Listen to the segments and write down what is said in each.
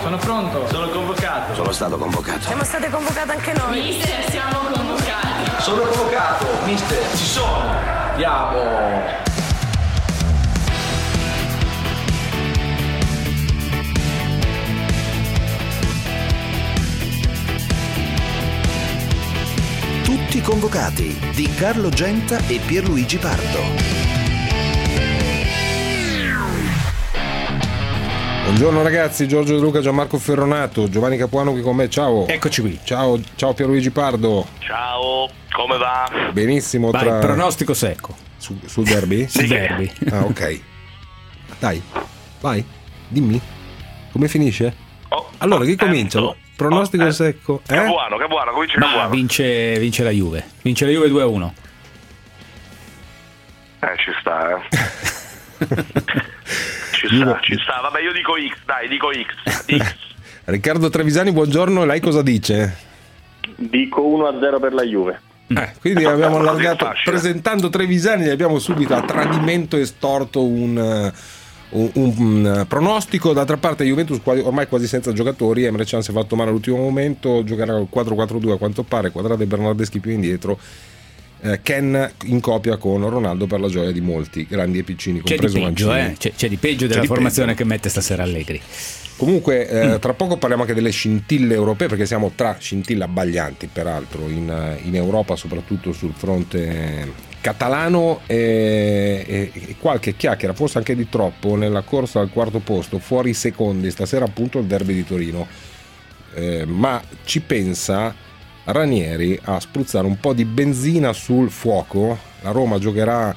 Sono pronto. Sono convocato. Sono stato convocato. Siamo state convocate anche noi. Mister, siamo convocati. Sono convocato. Mister, ci sono. Andiamo. Tutti convocati di Carlo Genta e Pierluigi Pardo. Buongiorno ragazzi, Giorgio De Luca, Gianmarco Ferronato, Giovanni Capuano qui con me, ciao. Eccoci qui. Ciao Pierluigi Pardo. Ciao, come va? Benissimo. Vai, pronostico secco. Sul derby? Sul derby. Ah, ok. Dai, vai, dimmi. Come finisce? Allora, chi comincia? Pronostico secco. Capuano, comincia Capuano. Vince la Juve. Vince la Juve 2-1. Ci sta, Ci sta. Vabbè, io dico X, dai, dico X. Riccardo Trevisani, buongiorno, lei cosa dice? Dico 1-0 per la Juve. Quindi abbiamo allargato, presentando Trevisani, abbiamo subito a tradimento estorto un pronostico. D'altra parte Juventus ormai quasi senza giocatori, Emre Can si è fatto male all'ultimo momento, giocherà col 4-4-2 a quanto pare, Quadrato e Bernardeschi più indietro, Ken in coppia con Ronaldo, per la gioia di molti, grandi e piccini, compreso Mancini. C'è di peggio della formazione che mette stasera Allegri. Comunque tra poco parliamo anche delle scintille europee, perché siamo tra scintille abbaglianti peraltro in Europa, soprattutto sul fronte catalano, e qualche chiacchiera, forse anche di troppo, nella corsa al quarto posto, fuori i secondi stasera, appunto il derby di Torino, ma ci pensa Ranieri a spruzzare un po' di benzina sul fuoco. La Roma giocherà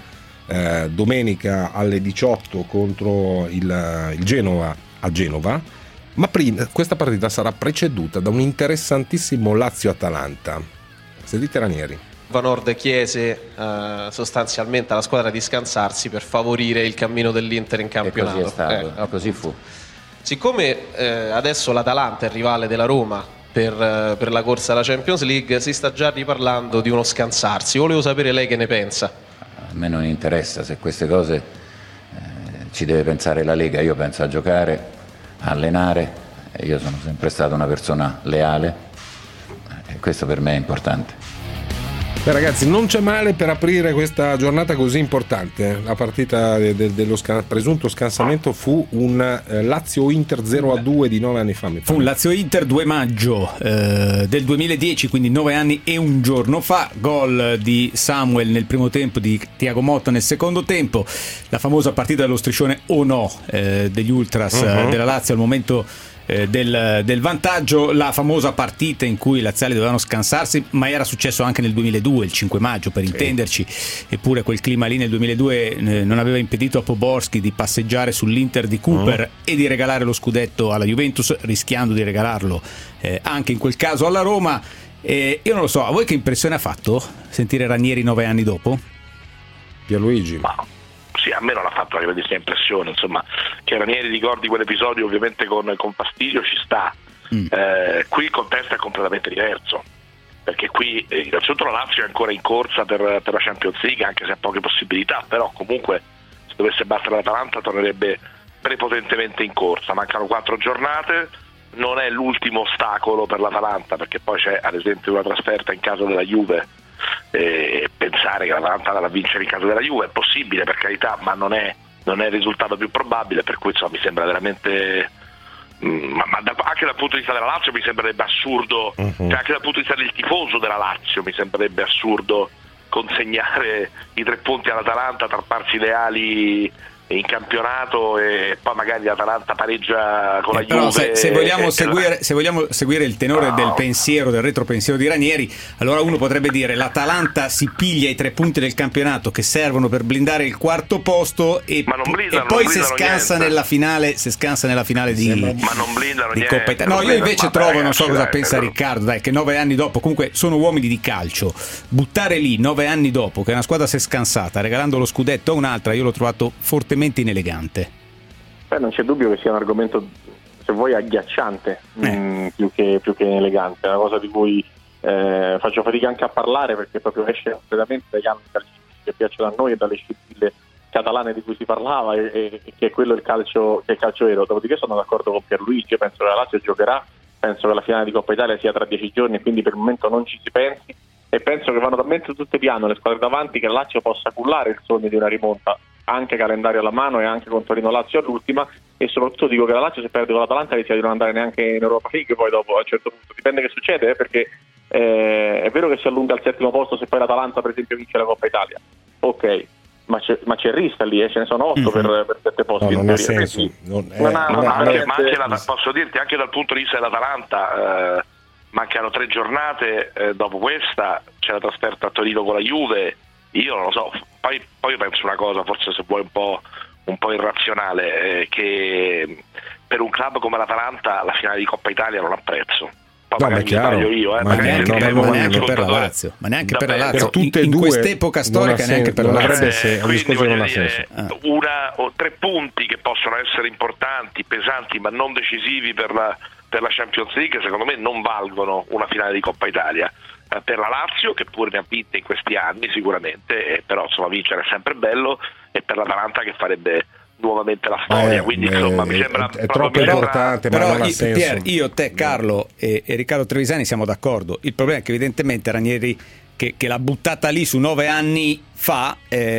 domenica alle 18 contro il Genova a Genova, ma prima questa partita sarà preceduta da un interessantissimo Lazio-Atalanta. Sentite Ranieri. Van Nord chiese sostanzialmente alla squadra di scansarsi per favorire il cammino dell'Inter in campionato. E così è stato, così fu. Siccome adesso l'Atalanta è rivale della Roma per la corsa alla Champions League, si sta già riparlando di uno scansarsi. Volevo sapere lei che ne pensa. A me non interessa, se queste cose ci deve pensare la Lega. Io penso a giocare, a allenare, e io sono sempre stata una persona leale, e questo per me è importante. Beh ragazzi, non c'è male per aprire questa giornata così importante. La partita dello presunto scansamento fu un Lazio-Inter 0-2 di 9 anni fa. Fu un Lazio-Inter 2 maggio del 2010, quindi 9 anni e un giorno fa. Gol di Samuel nel primo tempo, di Thiago Motta nel secondo tempo. La famosa partita dello striscione o no degli Ultras della Lazio al momento del vantaggio, la famosa partita in cui i laziali dovevano scansarsi, ma era successo anche nel 2002, il 5 maggio per intenderci, eppure quel clima lì nel 2002 non aveva impedito a Poborski di passeggiare sull'Inter di Cooper e di regalare lo scudetto alla Juventus, rischiando di regalarlo anche in quel caso alla Roma. Io non lo so, a voi che impressione ha fatto sentire Ranieri 9 anni dopo? Pierluigi? Sì, a me non ha fatto una grandissima impressione, insomma, che Ranieri ricordi quell'episodio ovviamente con fastidio ci sta. Qui il contesto è completamente diverso, perché qui innanzitutto la Lazio è ancora in corsa per la Champions League, anche se ha poche possibilità, però comunque se dovesse battere l'Atalanta tornerebbe prepotentemente in corsa. Mancano 4 giornate, non è l'ultimo ostacolo per l'Atalanta, perché poi c'è ad esempio una trasferta in casa della Juve, pensare che l'Atalanta vada a vincere in casa della Juve è possibile, per carità, ma non è il risultato più probabile, per cui insomma mi sembra veramente anche dal punto di vista della Lazio mi sembrerebbe assurdo, cioè anche dal punto di vista del tifoso della Lazio mi sembrerebbe assurdo consegnare i 3 punti all'Atalanta, tarparsi leali in campionato e poi magari l'Atalanta pareggia con la però Juve. Se vogliamo seguire il tenore del pensiero, del retropensiero di Ranieri, allora uno potrebbe dire l'Atalanta si piglia i 3 punti del campionato che servono per blindare il quarto posto e poi se scansa nella finale di ma non blindano di niente, Coppa Italia. No, io invece trovo, non so cosa pensa Riccardo, dai, che 9 anni dopo, comunque sono uomini di calcio, buttare lì 9 anni dopo che una squadra si è scansata regalando lo scudetto a un'altra, io l'ho trovato fortemente inelegante. Non c'è dubbio che sia un argomento, se vuoi, agghiacciante, più che inelegante, è una cosa di cui faccio fatica anche a parlare, perché proprio esce completamente dagli ambiti che piacciono a noi e dalle scintille catalane di cui si parlava e che è quello che è il calcio vero. Dopodiché sono d'accordo con Pierluigi, penso che la Lazio giocherà, penso che la finale di Coppa Italia sia tra 10 giorni e quindi per il momento non ci si pensi, e penso che vanno talmente tutte piano le squadre davanti che la Lazio possa cullare il sogno di una rimonta, anche calendario alla mano e anche con Torino-Lazio all'ultima, e soprattutto dico che la Lazio se perde con l'Atalanta rischia di non andare neanche in Europa League poi dopo, a un certo punto dipende che succede, perché è vero che si allunga al 7° posto se poi l'Atalanta per esempio vince la Coppa Italia, ok, ma c'è Rista lì, ce ne sono 8 per 7 posti. No, non ha senso. Posso dirti anche dal punto di vista dell'Atalanta, mancano 3 giornate, dopo questa c'è la trasferta a Torino con la Juve, io non lo so, poi penso una cosa, forse se vuoi un po' irrazionale, che per un club come l'Atalanta la finale di Coppa Italia non ha prezzo. No, ma è chiaro, ma neanche per la Lazio, ma neanche per la Lazio, in quest'epoca storica neanche per la Lazio. Quindi voglio dire, 1 o 3 punti che possono essere importanti, pesanti, ma non decisivi per la Champions League, secondo me non valgono una finale di Coppa Italia. Per la Lazio, che pure ne ha vinte in questi anni sicuramente, però insomma vincere è sempre bello, e per l'Atalanta che farebbe nuovamente la storia, quindi insomma mi sembra è troppo importante, però non ha senso. Pier, io, te, Carlo e Riccardo Trevisani siamo d'accordo. Il problema è che evidentemente Ranieri che l'ha buttata lì su 9 anni fa,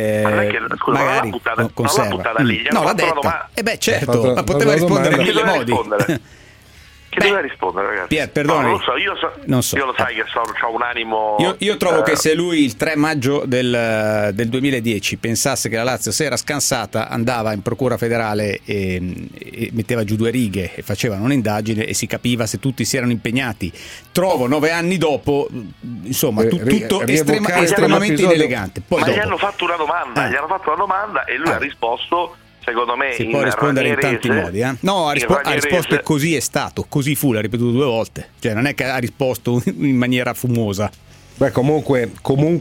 magari conserva. Non l'ha buttata lì, no, l'ha detta. Certo, ma poteva rispondere in 1000 modi. Che doveva rispondere, ragazzi? Pier, perdonami. No, non so, io lo sai che ho un animo. Io trovo che se lui il 3 maggio del 2010 pensasse che la Lazio si era scansata, andava in procura federale e metteva giù 2 righe e faceva un'indagine e si capiva se tutti si erano impegnati. Trovo 9 anni dopo, insomma, tutto estremamente inelegante. Poi ma dopo gli hanno fatto una domanda e lui ha risposto. Secondo me si può rispondere in tanti modi, No, ha risposto e così è stato, così fu, l'ha ripetuto 2 volte, cioè non è che ha risposto in maniera fumosa. Beh, comunque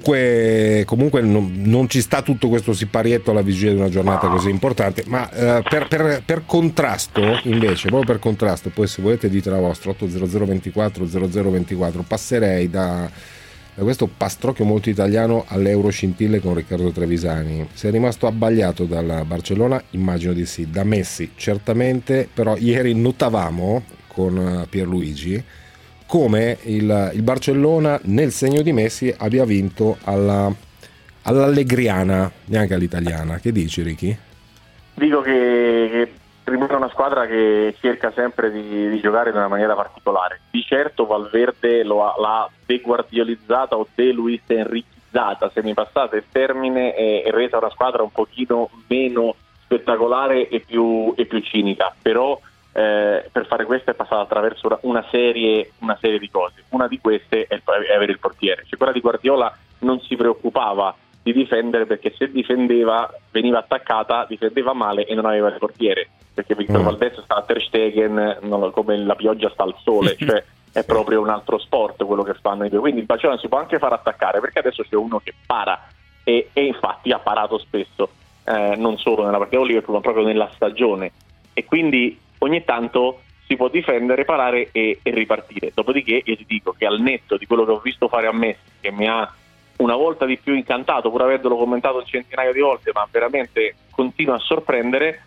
non ci sta tutto questo siparietto alla vigilia di una giornata così importante, ma per contrasto invece, proprio per contrasto, poi se volete dite la vostra, 800 24 0024, passerei da questo pastrocchio molto italiano all'Euro Scintille con Riccardo Trevisani. Sei rimasto abbagliato dalla Barcellona? Immagino di sì. Da Messi certamente, però ieri notavamo con Pierluigi come il Barcellona nel segno di Messi abbia vinto all'allegriana, neanche all'italiana. Che dici, Ricky? Dico che rimane una squadra che cerca sempre di giocare in una maniera particolare. Di certo Valverde l'ha deguardiolizzata o de-Luis Enrichizzata, se mi passate il termine, e resa una squadra un pochino meno spettacolare e più cinica, però per fare questo è passata attraverso una serie di cose. Una di queste è avere il portiere, cioè quella di Guardiola non si preoccupava di difendere, perché se difendeva veniva attaccata, difendeva male e non aveva il portiere, perché Victor Valdez sta a Ter Stegen come la pioggia sta al sole, cioè è proprio un altro sport quello che fanno i due. Quindi il Barcellona si può anche far attaccare, perché adesso c'è uno che para e infatti ha parato spesso, non solo nella partita con Liverpool ma proprio nella stagione, e quindi ogni tanto si può difendere, parare e ripartire. Dopodiché io ti dico che al netto di quello che ho visto fare a Messi, che mi ha una volta di più incantato, pur avendolo commentato un centinaio di volte, ma veramente continua a sorprendere,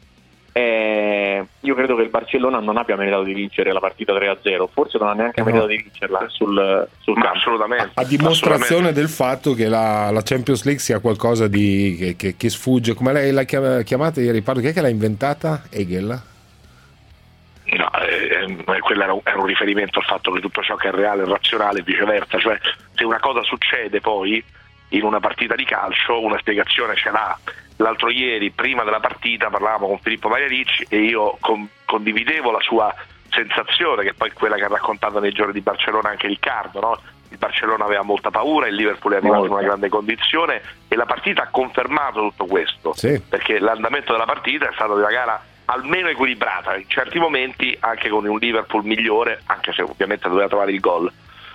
io credo che il Barcellona non abbia meritato di vincere la partita 3-0, forse non ha neanche meritato di vincerla sul campo. Assolutamente. A dimostrazione del fatto che la Champions League sia qualcosa di che sfugge, come lei l'ha chiamata ieri, parlo, chi è che l'ha inventata? Hegel? No, quello era un riferimento al fatto che tutto ciò che è reale è razionale e viceversa, cioè se una cosa succede poi in una partita di calcio una spiegazione ce l'ha. L'altro ieri prima della partita parlavamo con Filippo Majaric e io condividevo la sua sensazione, che poi è quella che ha raccontato nei giorni di Barcellona anche Riccardo, no? Il Barcellona aveva molta paura, il Liverpool è arrivato in una grande condizione e la partita ha confermato tutto questo, sì. Perché l'andamento della partita è stato di una gara almeno equilibrata, in certi momenti anche con un Liverpool migliore, anche se ovviamente doveva trovare il gol,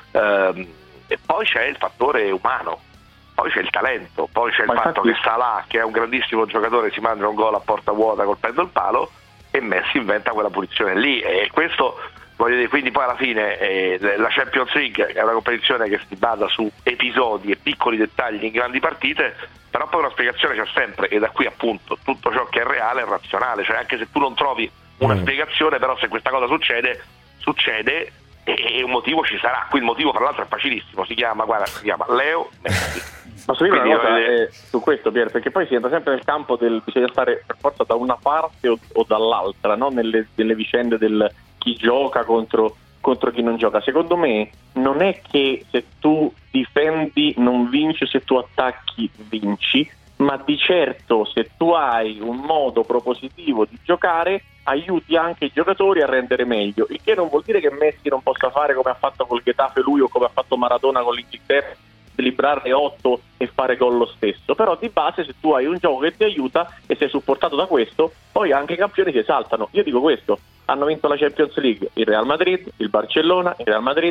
e poi c'è il fattore umano, poi c'è il talento, poi c'è il fatto che Salah, che è un grandissimo giocatore, si mangia un gol a porta vuota colpendo il palo e Messi inventa quella punizione lì, e questo voglio dire, quindi poi alla fine la Champions League è una competizione che si basa su episodi e piccoli dettagli in grandi partite, però poi una spiegazione c'è sempre, e da qui appunto tutto ciò che è reale è razionale, cioè anche se tu non trovi una spiegazione, però se questa cosa succede e un motivo ci sarà. Qui il motivo tra l'altro è facilissimo, si chiama Leo Messi. Posso dire una cosa su questo, Pier, perché poi si entra sempre nel campo del bisogna stare per forza da una parte o dall'altra, no? nelle vicende del chi gioca contro chi non gioca. Secondo me non è che se tu difendi non vinci, se tu attacchi vinci, ma di certo se tu hai un modo propositivo di giocare aiuti anche i giocatori a rendere meglio, il che non vuol dire che Messi non possa fare come ha fatto col Getafe lui o come ha fatto Maradona con l'Inghilterra, librarne 8 e fare gol lo stesso, però di base se tu hai un gioco che ti aiuta e sei supportato da questo, poi anche i campioni si esaltano. Io dico questo: hanno vinto la Champions League il Real Madrid, il Barcellona, il Real Madrid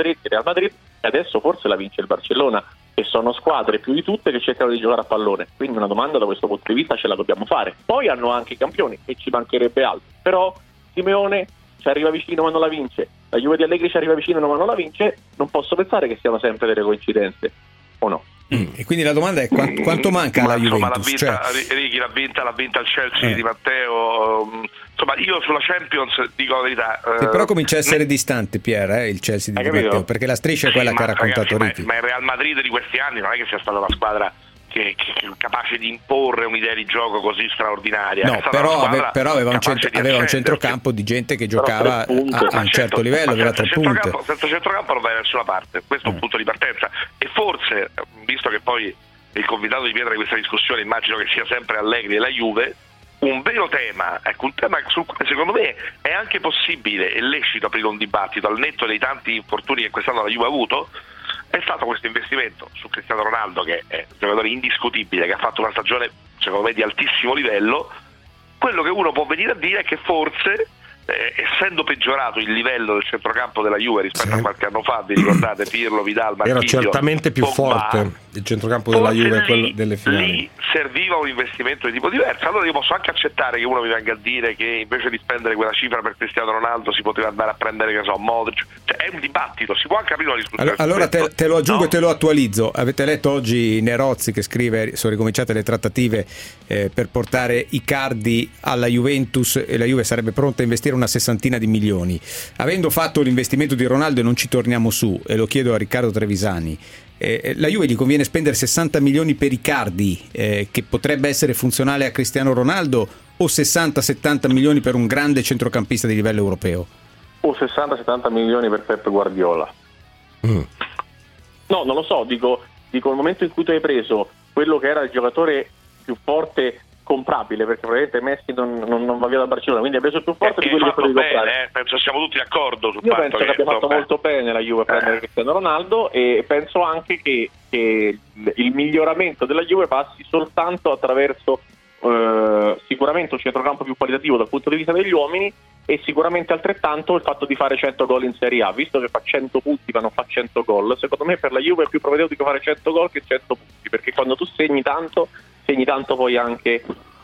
e adesso forse la vince il Barcellona, e sono squadre più di tutte che cercano di giocare a pallone, quindi una domanda da questo punto di vista ce la dobbiamo fare. Poi hanno anche i campioni e ci mancherebbe altro, però Simeone ci arriva vicino ma non la vince, la Juve di Allegri ci arriva vicino ma non la vince, non posso pensare che siano sempre delle coincidenze, o no? E quindi la domanda è quanto manca alla Juventus? Righi l'ha vinta il Chelsea di Matteo. Insomma, io sulla Champions dico la verità. Però comincia a essere distante, Pier, il Chelsea di Matteo, perché la striscia è quella che ha raccontato Righi. Ma il Real Madrid di questi anni non è che sia stata una squadra che è capace di imporre un'idea di gioco così straordinaria. No, però aveva un centrocampo di gente che giocava a un certo livello, aveva 3 punti. Senza centrocampo non vai da nessuna parte, questo è un punto di partenza. E forse, visto che poi il convitato di pietra di questa discussione immagino che sia sempre Allegri e la Juve, un vero tema, un tema sul quale secondo me è anche possibile e lecito aprire un dibattito al netto dei tanti infortuni che quest'anno la Juve ha avuto, è stato questo investimento su Cristiano Ronaldo, che è un giocatore indiscutibile, che ha fatto una stagione secondo me di altissimo livello. Quello che uno può venire a dire è che forse essendo peggiorato il livello del centrocampo della Juve rispetto a qualche anno fa, vi ricordate Pirlo, Vidal, Marquinhos, era certamente più Pogba, forte il centrocampo della Juve, quello delle finali. Lì serviva un investimento di tipo diverso. Allora io posso anche accettare che uno mi venga a dire che invece di spendere quella cifra per Cristiano Ronaldo si poteva andare a prendere, che so, Modric. Cioè, è un dibattito, si può anche aprire una discussione. Allora te lo aggiungo, no? E te lo attualizzo. Avete letto oggi Nerozzi che scrive: sono ricominciate le trattative per portare Icardi alla Juventus e la Juve sarebbe pronta a investire una 60 di milioni. Avendo fatto l'investimento di Ronaldo, e non ci torniamo su, e lo chiedo a Riccardo Trevisani, la Juve gli conviene spendere 60 milioni per Icardi, che potrebbe essere funzionale a Cristiano Ronaldo, o 60-70 milioni per un grande centrocampista di livello europeo? O 60-70 milioni per Pep Guardiola? No, non lo so, dico il momento in cui tu hai preso quello che era il giocatore più forte comprabile, perché probabilmente Messi non va via da Barcellona, quindi ha preso il più forte di quelli che potevi comprare. Penso siamo tutti d'accordo sul Io fatto penso che abbia fatto molto bene la Juve a prendere Cristiano Ronaldo, e penso anche che il miglioramento della Juve passi soltanto attraverso sicuramente un centrocampo più qualitativo dal punto di vista degli uomini, e sicuramente altrettanto il fatto di fare 100 gol in Serie A. Visto che fa 100 punti ma non fa 100 gol, secondo me per la Juve è più propedeutico fare 100 gol che 100 punti, perché quando tu segni tanto poi anche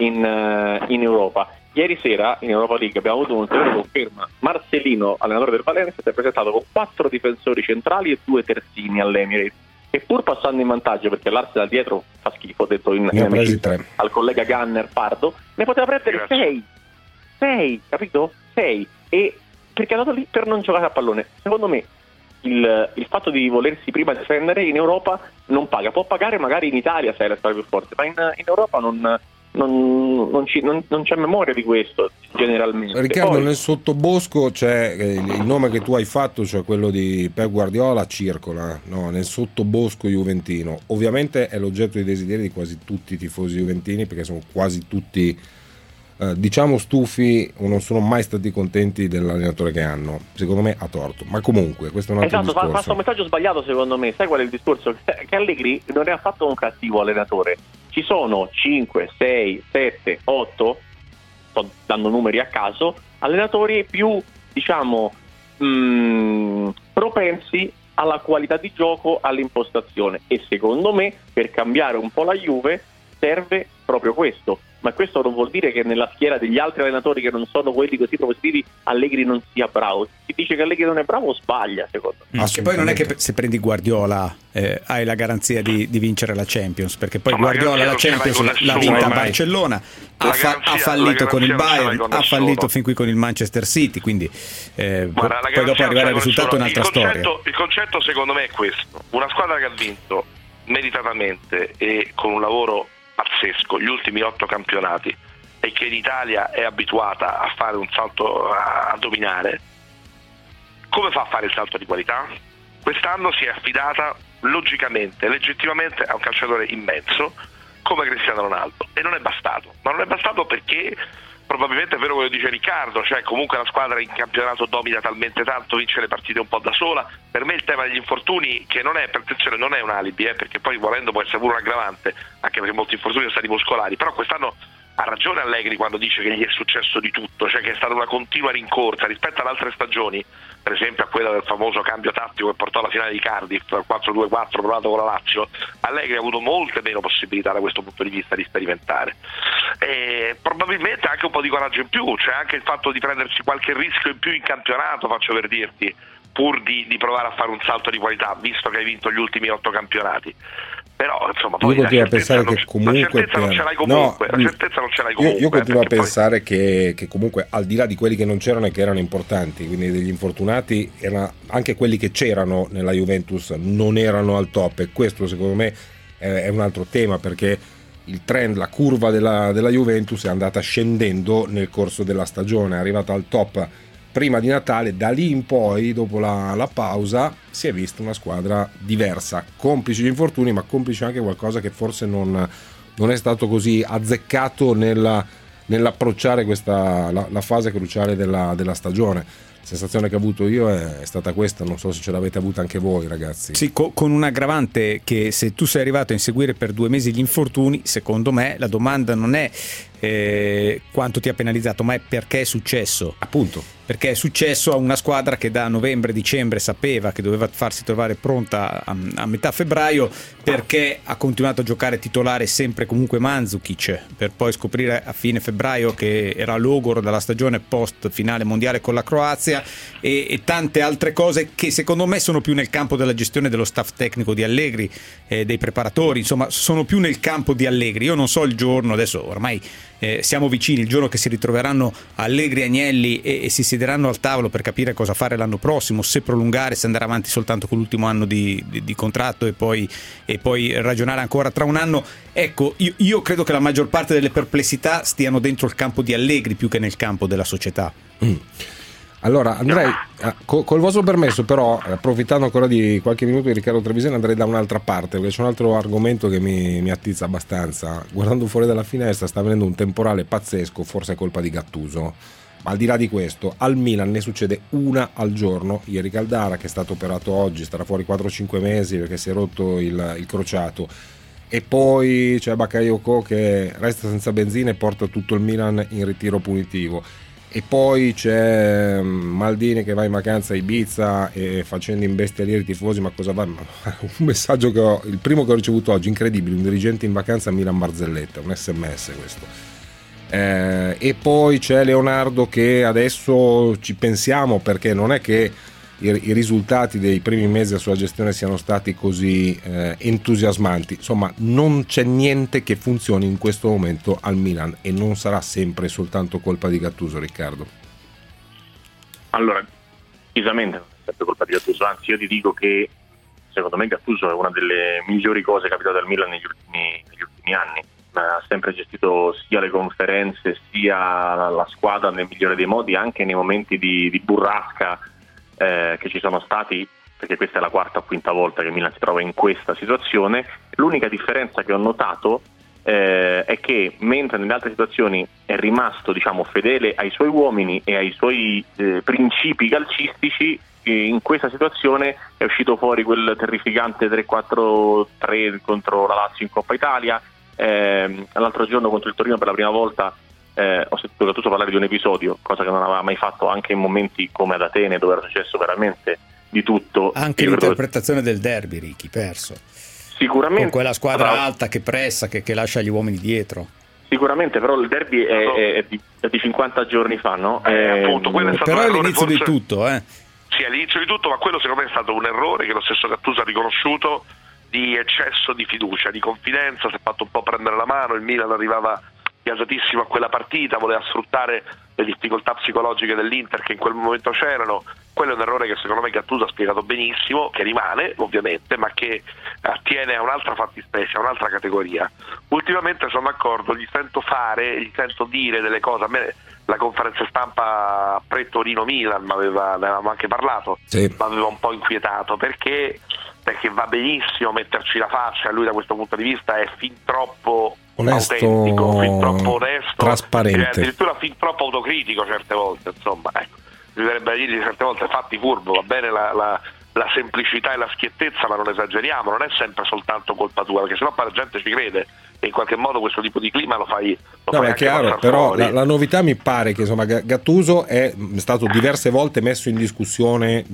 in Europa. Ieri sera in Europa League abbiamo avuto un'ulteriore conferma: Marcelino, allenatore del Valencia, si è presentato con 4 difensori centrali e 2 terzini all'Emirates, e pur passando in vantaggio, perché l'Arsenal dietro fa schifo, ho detto in al collega Gunner Pardo, ne poteva prendere 6, capito? 6, e perché è andato lì per non giocare a pallone. Secondo me il fatto di volersi prima difendere in Europa non paga. Può pagare magari in Italia se è la squadra più forte, ma in Europa non c'è memoria di questo generalmente. Riccardo, poi, nel sottobosco c'è il nome che tu hai fatto, cioè quello di Pep Guardiola, circola, no? Nel sottobosco juventino. Ovviamente è l'oggetto di desideri di quasi tutti i tifosi juventini, perché sono quasi tutti diciamo stufi o non sono mai stati contenti dell'allenatore che hanno, secondo me a torto, ma comunque questo è un altro discorso. Passa un messaggio sbagliato secondo me. Sai qual è il discorso? Che Allegri non è affatto un cattivo allenatore. Ci sono 5, 6, 7, 8, sto dando numeri a caso, allenatori più diciamo propensi alla qualità di gioco, all'impostazione, e secondo me per cambiare un po' la Juve serve proprio questo. ma questo non vuol dire che nella schiera degli altri allenatori che non sono quelli così propositivi Allegri non sia bravo. Chi dice che Allegri non è bravo sbaglia, secondo me. Che poi non è che se prendi Guardiola hai la garanzia di vincere la Champions, perché poi Guardiola la Champions l'ha vinta a Barcellona, ha fallito con il Bayern, ha fallito fin qui con il Manchester City, quindi poi dopo arrivare al risultato è un'altra storia. Il concetto secondo me è questo: una squadra che ha vinto meritatamente e con un lavoro pazzesco gli ultimi 8 campionati e che in Italia è abituata a fare un salto, a dominare, come fa a fare il salto di qualità? Quest'anno si è affidata logicamente, legittimamente a un calciatore immenso come Cristiano Ronaldo, e non è bastato, ma non è bastato perché probabilmente è vero quello che dice Riccardo, cioè comunque la squadra in campionato domina talmente tanto, vince le partite un po' da sola. Per me il tema degli infortuni, che non è, per attenzione, non è un alibi, perché poi volendo può essere pure un aggravante, anche perché molti infortuni sono stati muscolari, però quest'anno ha ragione Allegri quando dice che gli è successo di tutto, cioè che è stata una continua rincorsa rispetto ad altre stagioni, per esempio a quella del famoso cambio tattico che portò alla finale di Cardiff, al 4-2-4 provato con la Lazio. Allegri ha avuto molte meno possibilità da questo punto di vista di sperimentare, e probabilmente anche un po' di coraggio in più, cioè anche il fatto di prendersi qualche rischio in più in campionato, faccio per dirti, pur di provare a fare un salto di qualità, visto che hai vinto gli ultimi 8 campionati. Però insomma poi io continuo a pensare che comunque la certezza non ce l'hai comunque, la certezza non ce l'hai comunque. Io continuo a pensare che comunque, al di là di quelli che non c'erano e che erano importanti, quindi degli infortunati, anche quelli che c'erano nella Juventus non erano al top, e questo secondo me è un altro tema, perché il trend, la curva della Juventus è andata scendendo nel corso della stagione, è arrivata al top prima di Natale. Da lì in poi, dopo la pausa, si è vista una squadra diversa, complici gli infortuni, ma complici anche qualcosa che forse non è stato così azzeccato nell'approcciare la fase cruciale della stagione. La sensazione che ho avuto io è stata questa, non so se ce l'avete avuta anche voi, ragazzi. Sì, con un aggravante che se tu sei arrivato a inseguire per 2 mesi gli infortuni, secondo me la domanda non è quanto ti ha penalizzato, ma è perché è successo. Appunto. Perché è successo a una squadra che da novembre-dicembre sapeva che doveva farsi trovare pronta a metà febbraio, perché ha continuato a giocare titolare sempre comunque Mandzukic, per poi scoprire a fine febbraio che era logoro dalla stagione post finale mondiale con la Croazia, e tante altre cose che secondo me sono più nel campo della gestione dello staff tecnico di Allegri, dei preparatori, insomma sono più nel campo di Allegri. Io non so il giorno, adesso ormai siamo vicini, il giorno che si ritroveranno Allegri e Agnelli e si siederanno al tavolo per capire cosa fare l'anno prossimo, se prolungare, se andare avanti soltanto con l'ultimo anno di contratto e poi ragionare ancora tra un anno. Ecco, io credo che la maggior parte delle perplessità stiano dentro il campo di Allegri più che nel campo della società. Allora andrei, col vostro permesso, però, approfittando ancora di qualche minuto di Riccardo Trevisani, andrei da un'altra parte, perché c'è un altro argomento che mi attizza abbastanza. Guardando fuori dalla finestra sta venendo un temporale pazzesco, forse è colpa di Gattuso, ma al di là di questo al Milan ne succede una al giorno. Ieri Caldara, che è stato operato oggi, starà fuori 4-5 mesi perché si è rotto il crociato, e poi c'è Bakayoko che resta senza benzina e porta tutto il Milan in ritiro punitivo. E poi c'è Maldini che va in vacanza a Ibiza e facendo imbestialire i tifosi. Ma cosa va? Un messaggio il primo che ho ricevuto oggi, incredibile, un dirigente in vacanza a Milan Barzelletta, un SMS questo. E poi c'è Leonardo che adesso ci pensiamo, perché non è che i risultati dei primi mesi della sua gestione siano stati così entusiasmanti. Insomma, non c'è niente che funzioni in questo momento al Milan, e non sarà sempre soltanto colpa di Gattuso, Riccardo. Allora, decisamente non è sempre colpa di Gattuso, anzi io ti dico che secondo me Gattuso è una delle migliori cose capitate al Milan negli ultimi anni. Ha sempre gestito sia le conferenze sia la squadra nel migliore dei modi, anche nei momenti di burrasca che ci sono stati, perché questa è la 4ª o 5ª volta che Milan si trova in questa situazione. L'unica differenza che ho notato è che mentre nelle altre situazioni è rimasto, diciamo, fedele ai suoi uomini e ai suoi principi calcistici, in questa situazione è uscito fuori quel terrificante 3-4-3 contro la Lazio in Coppa Italia. L'altro giorno contro il Torino per la prima volta ho sentito Gattuso parlare di un episodio, cosa che non aveva mai fatto anche in momenti come ad Atene, dove era successo veramente di tutto. Anche l'interpretazione del derby, Ricky, perso sicuramente con quella squadra alta che pressa, che lascia gli uomini dietro. Sicuramente, però il derby è di 50 giorni fa, no? Appunto, quello è stato però un è errore, l'inizio di forse... tutto, Sì, all'inizio di tutto, ma quello secondo me è stato un errore che lo stesso Gattuso ha riconosciuto, di eccesso di fiducia, di confidenza, si è fatto un po' prendere la mano, il Milan arrivava gasatissimo a quella partita, voleva sfruttare le difficoltà psicologiche dell'Inter che in quel momento c'erano. Quello è un errore che secondo me Gattuso ha spiegato benissimo, che rimane ovviamente, ma che attiene a un'altra fattispecie, a un'altra categoria. Ultimamente sono d'accordo, gli sento dire delle cose. A me la conferenza stampa pre-Torino-Milan ne avevamo anche parlato, sì, mi aveva un po' inquietato perché va benissimo metterci la faccia, lui da questo punto di vista è fin troppo onesto, autentico, fin troppo onesto, trasparente, addirittura fin troppo autocritico certe volte, insomma, ecco. Bisognerebbe dirgli certe volte fatti furbo, va bene la semplicità e la schiettezza, ma non esageriamo, non è sempre soltanto colpa tua, perché sennò poi la gente ci crede e in qualche modo questo tipo di clima lo fai no, è chiaro, però la novità mi pare che insomma Gattuso è stato diverse volte messo in discussione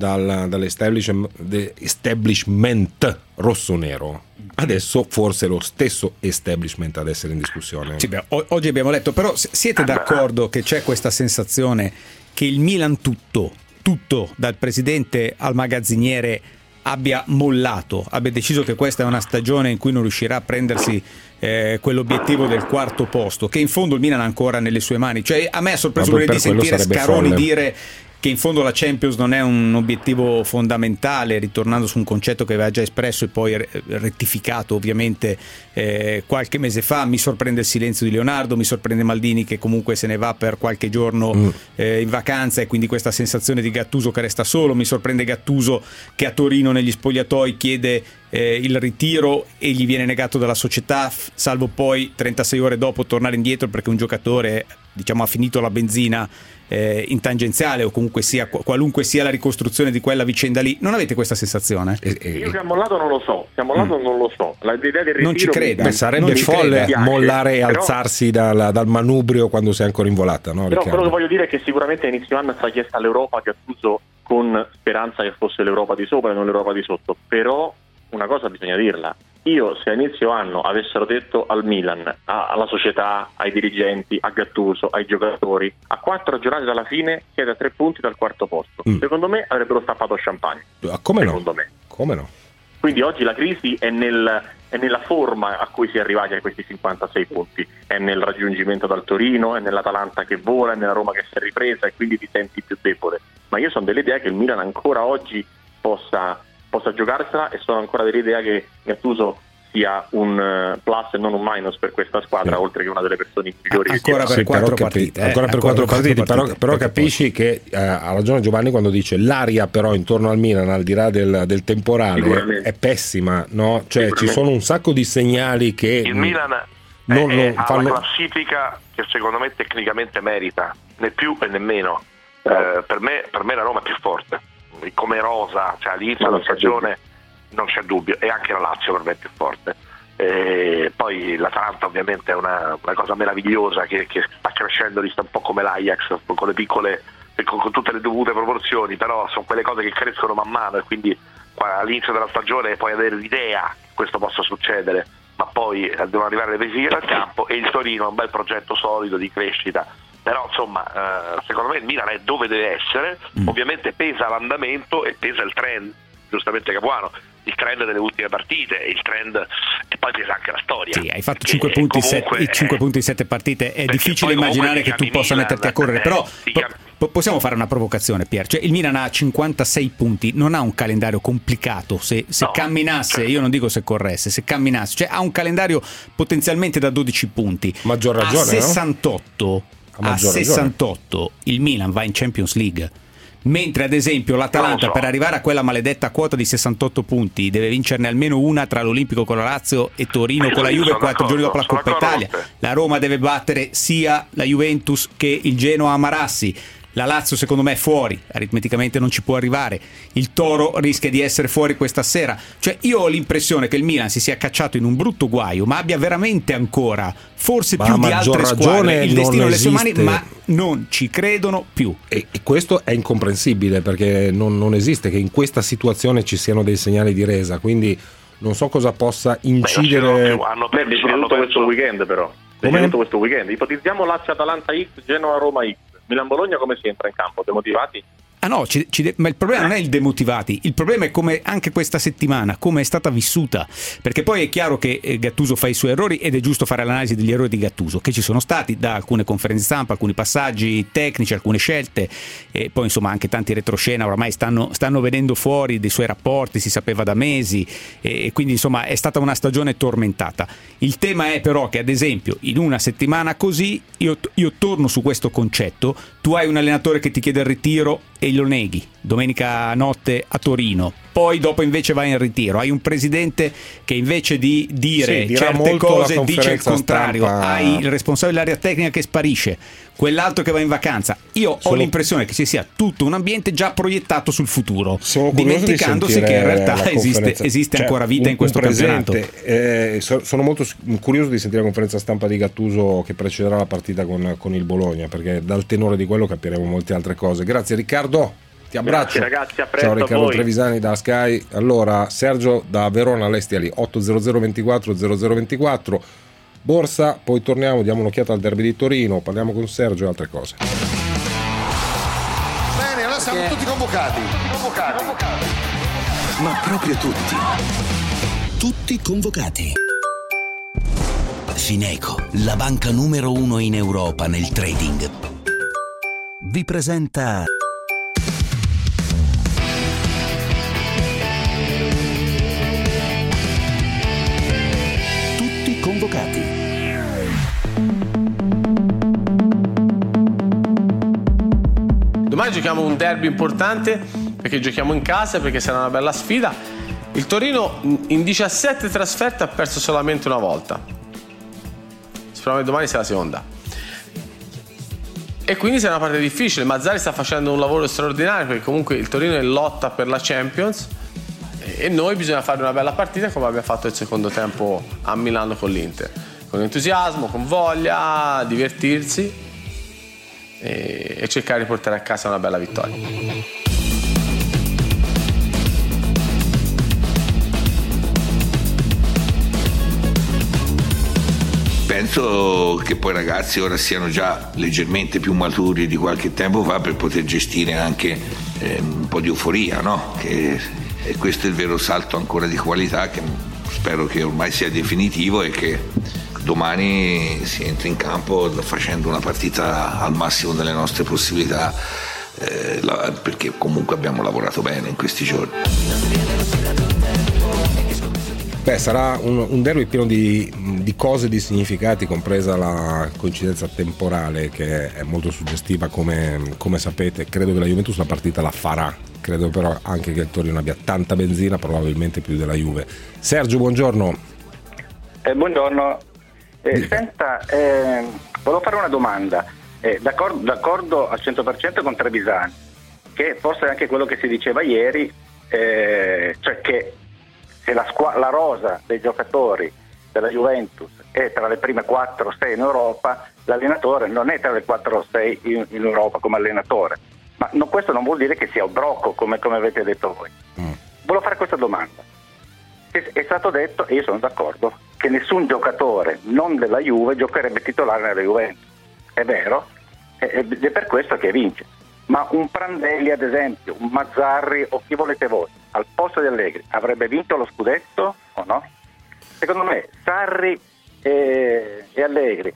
dall'establishment rossonero. Adesso forse è lo stesso establishment ad essere in discussione. Sì, beh, oggi abbiamo letto, però siete d'accordo che c'è questa sensazione che il Milan tutto dal presidente al magazziniere abbia mollato, abbia deciso che questa è una stagione in cui non riuscirà a prendersi quell'obiettivo del quarto posto, che in fondo il Milan ha ancora nelle sue mani? Cioè, a me ha sorpreso di sentire Scaroni folle dire che in fondo la Champions non è un obiettivo fondamentale, ritornando su un concetto che aveva già espresso e poi rettificato ovviamente qualche mese fa. Mi sorprende il silenzio di Leonardo, mi sorprende Maldini che comunque se ne va per qualche giorno in vacanza, e quindi questa sensazione di Gattuso che resta solo. Mi sorprende Gattuso che a Torino negli spogliatoi chiede il ritiro e gli viene negato dalla società, salvo poi 36 ore dopo tornare indietro perché un giocatore, diciamo, ha finito la benzina in tangenziale, o comunque sia qualunque sia la ricostruzione di quella vicenda lì. Non avete questa sensazione? Io che ha mollato non lo so, non lo so. L'idea del ritiro non ci credo. Sarebbe folle mollare e alzarsi dal manubrio quando sei ancora in volata, no? Però quello che voglio dire è che sicuramente a inizio anno è stata chiesta all'Europa, Gattuso con speranza che fosse l'Europa di sopra e non l'Europa di sotto. Però una cosa bisogna dirla: io, se a inizio anno avessero detto al Milan, alla società, ai dirigenti, a Gattuso, ai giocatori, a 4 giornate dalla fine siete a 3 punti dal quarto posto, secondo me avrebbero stappato champagne. Come secondo me. Come no? Quindi oggi la crisi è nella forma a cui si è arrivati a questi 56 punti, è nel raggiungimento dal Torino, è nell'Atalanta che vola, è nella Roma che si è ripresa e quindi ti senti più debole. Ma io sono dell'idea che il Milan ancora oggi possa giocarsela, e sono ancora dell'idea che Gattuso sia un plus e non un minus per questa squadra, oltre che una delle persone migliori ancora per 4 partite. Ancora per 4 partite, però capisci che ha ragione Giovanni quando dice l'aria però intorno al Milan, al di là del temporale, è pessima, no? Cioè ci sono un sacco di segnali che il Milan ha una classifica che secondo me tecnicamente merita, né più e né meno. Per me la Roma è più forte come rosa, cioè all'inizio della stagione non c'è dubbio, e anche la Lazio per me è più forte. Poi l'Atalanta ovviamente è una cosa meravigliosa che sta crescendo, sta un po' come l'Ajax, con le piccole, con tutte le dovute proporzioni, però sono quelle cose che crescono man mano, e quindi all'inizio della stagione puoi avere l'idea che questo possa succedere, ma poi devono arrivare le verifiche al campo, e il Torino è un bel progetto solido di crescita. Però insomma secondo me il Milan è dove deve essere, ovviamente pesa l'andamento e pesa il trend, giustamente Capuano, il trend delle ultime partite, il trend, e poi pesa anche la storia. Sì, hai fatto 5 punti, 5 punti in 7 partite, è difficile immaginare che tu possa metterti a correre, però possiamo fare una provocazione, Pier, cioè il Milan ha 56 punti, non ha un calendario complicato, se camminasse, io non dico se corresse, se camminasse, cioè ha un calendario potenzialmente da 12 punti, maggior ragione, a 68 no? A 68 il Milan va in Champions League, mentre ad esempio l'Atalanta per arrivare a quella maledetta quota di 68 punti deve vincerne almeno una tra l'Olimpico con la Lazio e Torino con la Juve 4 giorni dopo la Coppa Italia. La Roma deve battere sia la Juventus che il Genoa a Marassi. La Lazio secondo me è fuori, aritmeticamente non ci può arrivare. Il Toro rischia di essere fuori questa sera. Cioè io ho l'impressione che il Milan si sia cacciato in un brutto guaio, ma abbia veramente ancora, forse più di altre squadre, il destino nelle sue mani, ma non ci credono più. E questo è incomprensibile, perché non esiste che in questa situazione ci siano dei segnali di resa, quindi non so cosa possa incidere. Hanno perso questo weekend, però. tutto questo weekend. Ipotizziamo Lazio-Atalanta X, Genoa-Roma X, Milan-Bologna, come si entra in campo? Demotivati? Ah no, ma il problema non è il demotivati, il problema è come anche questa settimana, come è stata vissuta, perché poi è chiaro che Gattuso fa i suoi errori ed è giusto fare l'analisi degli errori di Gattuso, che ci sono stati da alcune conferenze stampa, alcuni passaggi tecnici, alcune scelte, e poi insomma anche tanti retroscena oramai stanno venendo fuori dei suoi rapporti, si sapeva da mesi, e quindi insomma è stata una stagione tormentata. Il tema è però che ad esempio in una settimana così io torno su questo concetto, tu hai un allenatore che ti chiede il ritiro e lo neghi domenica notte a Torino, poi dopo invece vai in ritiro, hai un presidente che invece di dire certe cose dice il contrario, hai il responsabile dell'area tecnica che sparisce, quell'altro che va in vacanza. Io ho l'impressione che ci sia tutto un ambiente già proiettato sul futuro, dimenticandosi che in realtà esiste ancora vita in questo campionato. Sono molto curioso di sentire la conferenza stampa di Gattuso che precederà la partita con il Bologna, perché dal tenore di quello capiremo molte altre cose. Grazie Riccardo, ti abbraccio. Grazie ragazzi, a presto. Ciao Riccardo Trevisani da Sky. Allora Sergio da Verona all'Estia lì 800 24 0024 Borsa, poi torniamo, diamo un'occhiata al derby di Torino, parliamo con Sergio e altre cose. Bene, allora siamo tutti convocati. Ma proprio tutti convocati. Fineco, la banca numero 1 in Europa nel trading, vi presenta Tutti convocati. Domani giochiamo un derby importante perché giochiamo in casa, perché sarà una bella sfida. Il Torino in 17 trasferte ha perso solamente una volta. Speriamo che domani sia la seconda. E quindi sarà una partita difficile. Mazzarri sta facendo un lavoro straordinario perché comunque il Torino è in lotta per la Champions e noi bisogna fare una bella partita come abbiamo fatto il secondo tempo a Milano con l'Inter, con entusiasmo, con voglia, divertirsi e cercare di portare a casa una bella vittoria. Penso che poi i ragazzi ora siano già leggermente più maturi di qualche tempo fa per poter gestire anche un po' di euforia, no? E questo è il vero salto ancora di qualità che spero che ormai sia definitivo e che domani si entri in campo facendo una partita al massimo delle nostre possibilità, perché comunque abbiamo lavorato bene in questi giorni. Beh, sarà un derby pieno di cose, di significati, compresa la coincidenza temporale che è molto suggestiva come sapete. Credo che la Juventus la partita la farà, credo però anche che il Torino abbia tanta benzina, probabilmente più della Juve. Sergio, buongiorno. Buongiorno. Senta, volevo fare una domanda. D'accordo al 100% con Trevisani, che forse è anche quello che si diceva ieri, cioè che se la rosa dei giocatori della Juventus è tra le prime 4-6 in Europa, l'allenatore non è tra le 4-6 in Europa come allenatore, ma questo non vuol dire che sia un brocco come avete detto voi. Volevo fare questa domanda. È stato detto, e io sono d'accordo, che nessun giocatore non della Juve giocherebbe titolare nella Juventus. È vero, ed è per questo che vince. Ma un Prandelli, ad esempio, un Mazzarri o chi volete voi, al posto di Allegri, avrebbe vinto lo scudetto o no? Secondo me Sarri e Allegri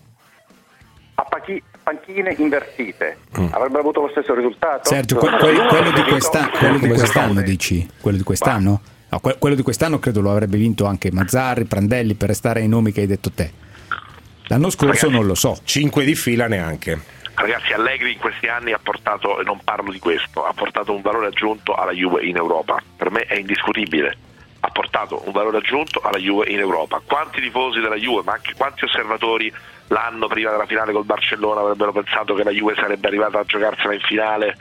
a panchine invertite avrebbero avuto lo stesso risultato? Sergio, quello di quest'anno dici? Quello di quest'anno? No, quello di quest'anno credo lo avrebbe vinto anche Mazzarri, Prandelli, per restare ai nomi che hai detto te. L'anno scorso non lo so. 5 di fila neanche. Ragazzi, Allegri in questi anni ha portato, e non parlo di questo, ha portato un valore aggiunto alla Juve in Europa. Per me è indiscutibile. Ha portato un valore aggiunto alla Juve in Europa. Quanti tifosi della Juve, ma anche quanti osservatori l'anno prima della finale col Barcellona avrebbero pensato che la Juve sarebbe arrivata a giocarsela in finale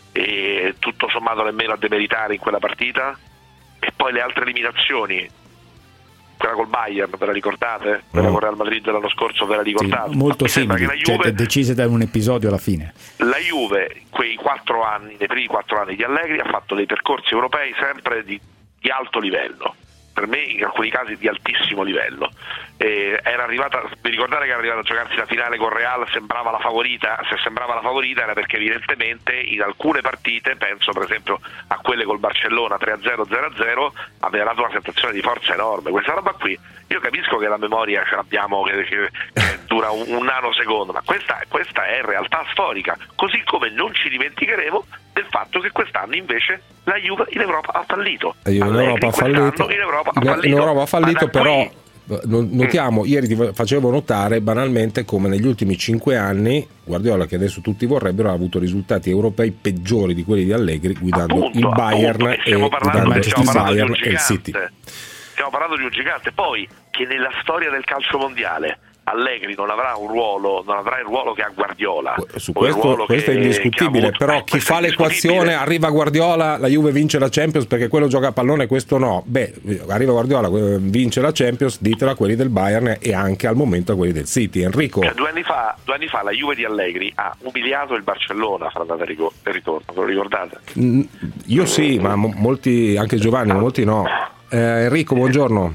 e tutto sommato nemmeno a demeritare in quella partita? E poi le altre eliminazioni, quella col Bayern, ve la ricordate? Quella con Real Madrid dell'anno scorso, ve la ricordate? Sì, molto simile, cioè decise da un episodio alla fine. La Juve, quei 4 anni, nei primi 4 anni di Allegri, ha fatto dei percorsi europei sempre di alto livello. per me in alcuni casi di altissimo livello. Era arrivata, vi ricordate che era arrivata a giocarsi la finale con Real, sembrava la favorita? Se sembrava la favorita era perché evidentemente in alcune partite, penso per esempio a quelle col Barcellona 3-0, 0-0, aveva dato una sensazione di forza enorme. Questa roba qui, io capisco che la memoria ce l'abbiamo, che dura un nanosecondo, ma questa è realtà storica, così come non ci dimenticheremo del fatto che quest'anno invece la Juve in Europa ha fallito. In Europa ha fallito, però notiamo, ieri ti facevo notare banalmente come negli ultimi 5 anni Guardiola, che adesso tutti vorrebbero, ha avuto risultati europei peggiori di quelli di Allegri guidando il Bayern e il City. Stiamo parlando di un gigante, poi che nella storia del calcio mondiale Allegri non avrà il ruolo che ha Guardiola. Su questo è indiscutibile, però chi fa l'equazione, arriva Guardiola, la Juve vince la Champions perché quello gioca a pallone e questo no. Arriva Guardiola, vince la Champions, ditela a quelli del Bayern e anche al momento a quelli del City. Enrico. 2 anni fa la Juve di Allegri ha umiliato il Barcellona fra andata e ritorno, ve lo ricordate? Io sì, ma molti, anche Giovanni, ma molti no. Enrico, buongiorno.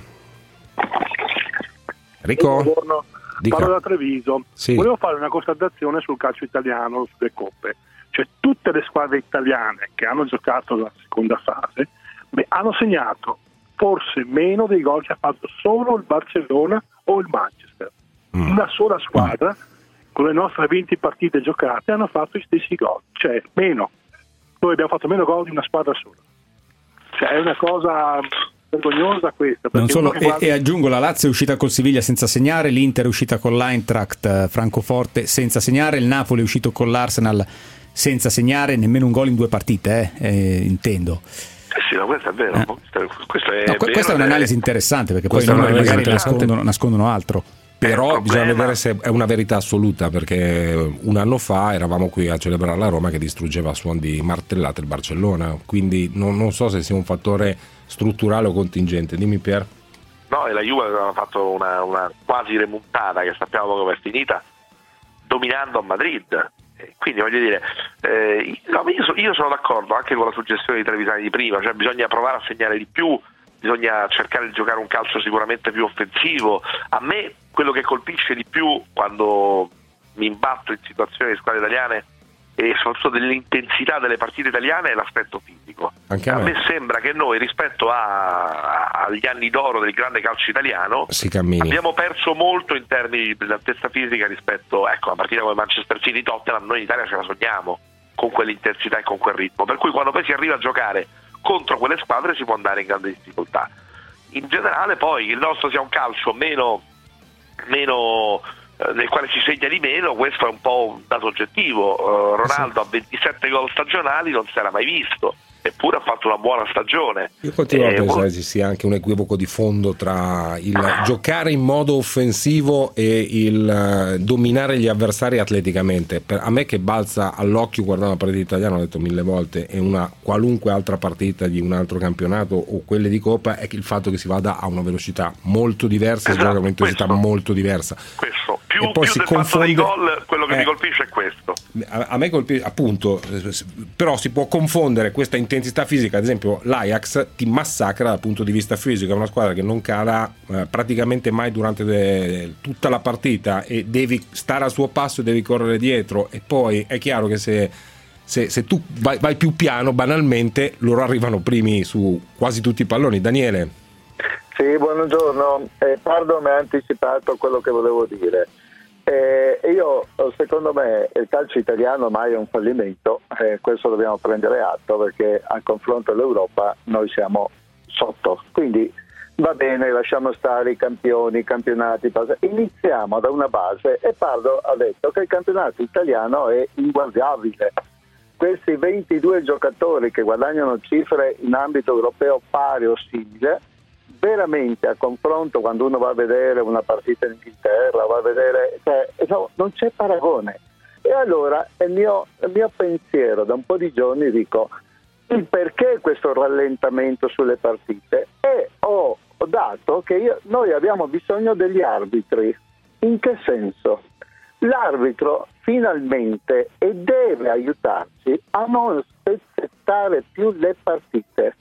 Enrico? Buongiorno. Parlo da Treviso. Sì. Volevo fare una constatazione sul calcio italiano, sulle coppe. Cioè tutte le squadre italiane che hanno giocato la seconda fase hanno segnato forse meno dei gol che ha fatto solo il Barcellona o il Manchester. Una sola squadra con le nostre 20 partite giocate hanno fatto gli stessi gol, cioè meno. Noi abbiamo fatto meno gol di una squadra sola. Cioè è una cosa vergognosa questa. Non solo, e aggiungo, la Lazio è uscita col Siviglia senza segnare, l'Inter è uscita con l'Eintracht Francoforte senza segnare, il Napoli è uscito con l'Arsenal senza segnare nemmeno un gol in 2 partite, intendo. Sì, no, questo è vero. Questa è un'analisi interessante, perché poi magari nascondono altro. Però bisogna vedere se è una verità assoluta, perché un anno fa eravamo qui a celebrare la Roma che distruggeva a suon di martellate il Barcellona, quindi non so se sia un fattore strutturale o contingente. Dimmi Pier. No, e la Juve aveva fatto una quasi remontata che sappiamo come è finita, dominando a Madrid. Quindi voglio dire, io sono d'accordo anche con la suggestione di Trevisani di prima, cioè bisogna provare a segnare di più, bisogna cercare di giocare un calcio sicuramente più offensivo. A me quello che colpisce di più quando mi imbatto in situazioni di squadre italiane e soprattutto dell'intensità delle partite italiane è l'aspetto fisico. Anche a me sembra che noi rispetto agli anni d'oro del grande calcio italiano abbiamo perso molto in termini di altezza fisica rispetto a una partita come Manchester City Tottenham. Noi in Italia ce la sogniamo con quell'intensità e con quel ritmo, per cui quando poi si arriva a giocare contro quelle squadre si può andare in grande difficoltà. In generale poi il nostro sia un calcio meno nel quale si segna di meno, questo è un po' un dato oggettivo. Ronaldo a 27 gol stagionali non si era mai visto, eppure ha fatto una buona stagione. Io continuo a pensare ci sia anche un equivoco di fondo tra il giocare in modo offensivo e il dominare gli avversari atleticamente. A me che balza all'occhio guardando la partita italiana, ho detto 1000 volte, e una qualunque altra partita di un altro campionato o quelle di Coppa, è che il fatto che si vada a una velocità molto diversa, si gioca a un'intensità molto diversa. Questo più del fatto dei gol, quello che mi colpisce è questo. A me colpisce appunto, però si può confondere questa intensità fisica. Ad esempio l'Ajax ti massacra dal punto di vista fisico, è una squadra che non cala praticamente mai durante tutta la partita e devi stare al suo passo e devi correre dietro, e poi è chiaro che se tu vai più piano, banalmente loro arrivano primi su quasi tutti i palloni. Daniele. Sì, buongiorno. Pardo mi ha anticipato quello che volevo dire. Io, secondo me, il calcio italiano ormai è un fallimento, questo dobbiamo prendere atto, perché al confronto dell'Europa noi siamo sotto, quindi va bene, lasciamo stare i campioni, i campionati, iniziamo da una base, e Pardo ha detto che il campionato italiano è inguardabile. Questi 22 giocatori che guadagnano cifre in ambito europeo pari o simile, veramente a confronto, quando uno va a vedere una partita in Inghilterra, va a vedere, non c'è paragone. E allora il mio pensiero da un po' di giorni, dico, il perché questo rallentamento sulle partite, e ho dato che noi abbiamo bisogno degli arbitri. In che senso? L'arbitro finalmente deve aiutarci a non spezzettare più le partite.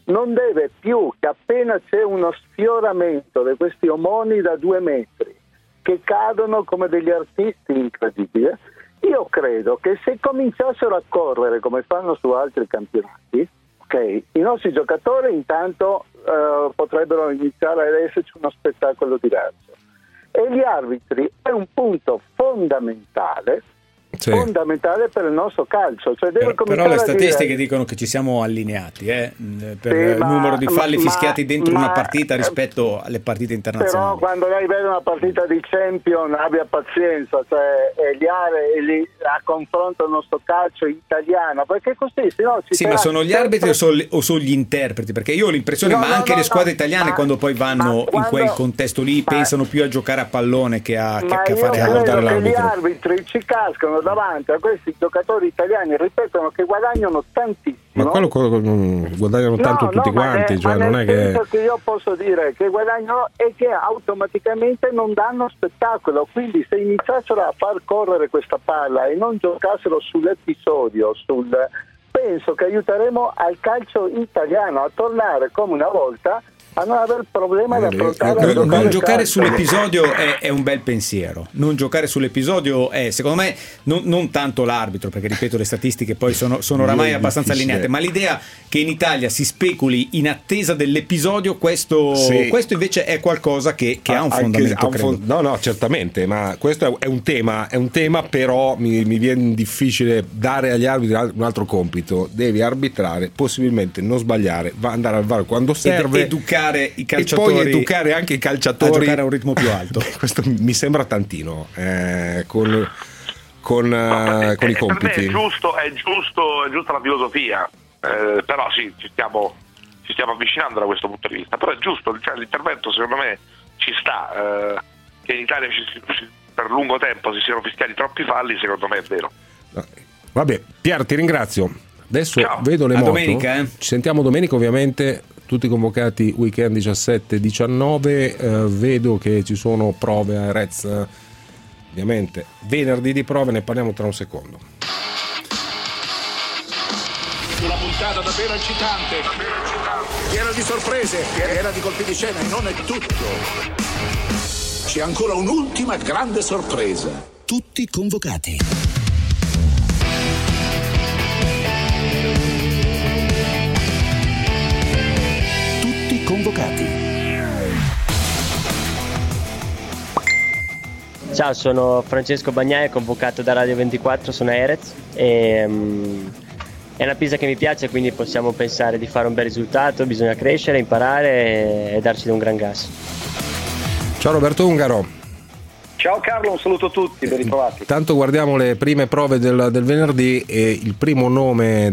non deve più, che appena c'è uno sfioramento di questi omoni da 2 metri che cadono come degli artisti incredibili, io credo che se cominciassero a correre come fanno su altri campionati, ok, i nostri giocatori intanto potrebbero iniziare ad esserci uno spettacolo diverso, e gli arbitri è un punto fondamentale per il nostro calcio, cioè deve però le statistiche dicono che ci siamo allineati per il numero di falli fischiati dentro una partita rispetto alle partite internazionali. Però quando lei vede una partita di Champions abbia pazienza, cioè a confronto al nostro calcio italiano, perché così sennò ma sono gli arbitri o sono gli interpreti? Perché io ho l'impressione le squadre italiane quando poi vanno in quel contesto lì pensano più a giocare a pallone che a fare a guardare l'arbitro. Gli arbitri ci cascano davanti a questi giocatori italiani, ripetono che guadagnano tantissimo. Ma quello guadagnano tanto tutti quanti, cioè non è che io posso dire che guadagnano e che automaticamente non danno spettacolo, quindi se iniziassero a far correre questa palla e non giocassero sull'episodio, penso che aiuteremo al calcio italiano a tornare come una volta, a non avere il problema di affrontare non giocare sull'episodio è un bel pensiero. Non giocare sull'episodio è, secondo me, non tanto l'arbitro, perché ripeto le statistiche poi sono oramai abbastanza allineate, ma l'idea che in Italia si speculi in attesa dell'episodio, questo invece è qualcosa che ha un fondamento. No, certamente, ma questo è un tema, però mi viene difficile dare agli arbitri un altro compito. Devi arbitrare, possibilmente non sbagliare, andare al VAR quando serve, educare i calciatori, e poi educare anche i calciatori a giocare a un ritmo più alto. Questo mi sembra tantino con i compiti. È giusta la filosofia, però sì, ci stiamo avvicinando da questo punto di vista, però è giusto, cioè, l'intervento secondo me ci sta, che in Italia per lungo tempo si siano fischiati troppi falli, secondo me è vero. Vabbè, Pier, ti ringrazio. Adesso Ciao. Vedo le moto. Domenica, ci sentiamo domenica, ovviamente tutti convocati weekend 17-19. Vedo che ci sono prove a Erez, ovviamente venerdì di prove, ne parliamo tra un secondo. Una puntata davvero eccitante, piena di sorprese, piena di colpi di scena, e non è tutto. C'è ancora un'ultima grande sorpresa. Tutti convocati. Convocati. Ciao, sono Francesco Bagnaia, convocato da Radio 24, sono a Erez e è una pista che mi piace, quindi possiamo pensare di fare un bel risultato. Bisogna crescere, imparare e darci un gran gas. Ciao Roberto Ungaro. Ciao Carlo, un saluto a tutti, ben ritrovati. Tanto guardiamo le prime prove del venerdì, e il primo nome